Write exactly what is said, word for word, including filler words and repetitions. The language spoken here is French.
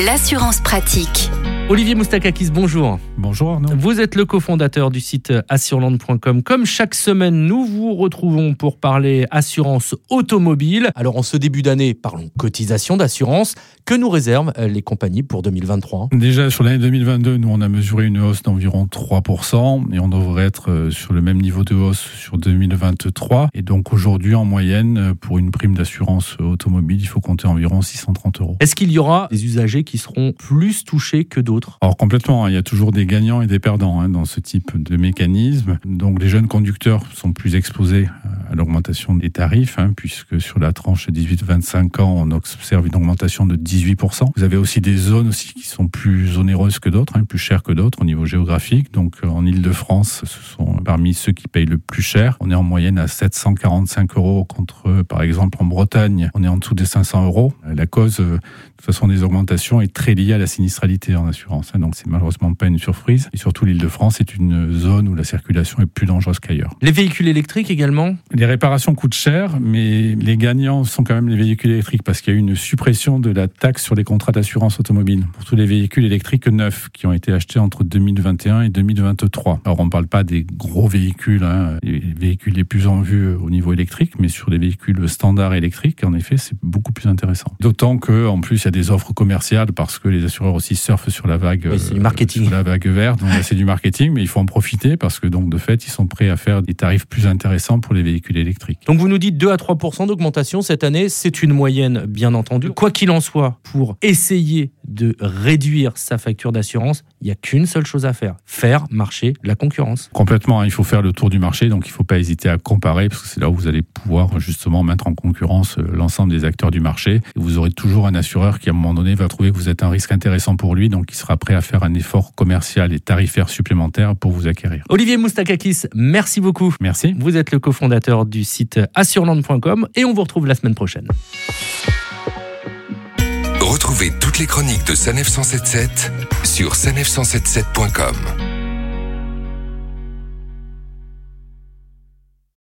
l'assurance pratique. Olivier Moustakakis, bonjour. Bonjour Arnaud. Vous êtes le cofondateur du site assureland point com. Comme chaque semaine, nous vous retrouvons pour parler assurance automobile. Alors en ce début d'année, parlons cotisation d'assurance. Que nous réservent les compagnies pour deux mille vingt-trois ? Déjà sur l'année deux mille vingt-deux, nous on a mesuré une hausse d'environ trois pour cent et on devrait être sur le même niveau de hausse sur deux mille vingt-trois. Et donc aujourd'hui, en moyenne, pour une prime d'assurance automobile, il faut compter environ six cent trente euros. Est-ce qu'il y aura des usagers qui seront plus touchés que d'autres ? Alors complètement, il y a toujours des gagnants et des perdants hein, dans ce type de mécanisme. Donc les jeunes conducteurs sont plus exposés à l'augmentation des tarifs, hein, puisque sur la tranche dix-huit vingt-cinq ans, on observe une augmentation de dix-huit pour cent. Vous avez aussi des zones aussi qui sont plus onéreuses que d'autres, hein, plus chères que d'autres au niveau géographique. Donc en Ile-de-France, ce sont parmi ceux qui payent le plus cher. On est en moyenne à sept cent quarante-cinq euros contre, par exemple, en Bretagne, on est en dessous des cinq cents euros. La cause, de toute façon, des augmentations est très liée à la sinistralité en assurance. Donc c'est malheureusement pas une surprise. Et surtout l'Île-de-France est une zone où la circulation est plus dangereuse qu'ailleurs. Les véhicules électriques également ? Les réparations coûtent cher, mais les gagnants sont quand même les véhicules électriques parce qu'il y a eu une suppression de la taxe sur les contrats d'assurance automobile pour tous les véhicules électriques neufs qui ont été achetés entre deux mille vingt et un et deux mille vingt-trois. Alors on ne parle pas des gros véhicules, hein, les véhicules les plus en vue au niveau électrique, mais sur les véhicules standards électriques, en effet, c'est beaucoup plus intéressant. D'autant qu'en plus, il y a des offres commerciales parce que les assureurs aussi surfent sur la vague, oui, c'est du marketing. Euh, sur la vague verte. Donc là, c'est du marketing, mais il faut en profiter parce que donc de fait, ils sont prêts à faire des tarifs plus intéressants pour les véhicules électriques. Donc vous nous dites deux à trois pour cent d'augmentation cette année, c'est une moyenne bien entendu. Quoi qu'il en soit, pour essayer de réduire sa facture d'assurance, il n'y a qu'une seule chose à faire, faire marcher la concurrence. Complètement, hein, il faut faire le tour du marché, donc il ne faut pas hésiter à comparer parce que c'est là où vous allez pouvoir justement mettre en concurrence l'ensemble des acteurs du marché. Et vous aurez toujours un assureur qui à un moment donné va trouver que vous êtes un risque intéressant pour lui, donc il sera prêt à faire un effort commercial et tarifaire supplémentaire pour vous acquérir. Olivier Moustakakis, merci beaucoup. Merci. Vous êtes le cofondateur du site assureland point com et on vous retrouve la semaine prochaine. Retrouvez toutes les chroniques de Sanef cent soixante-dix-sept sur sanef cent soixante-dix-sept point com.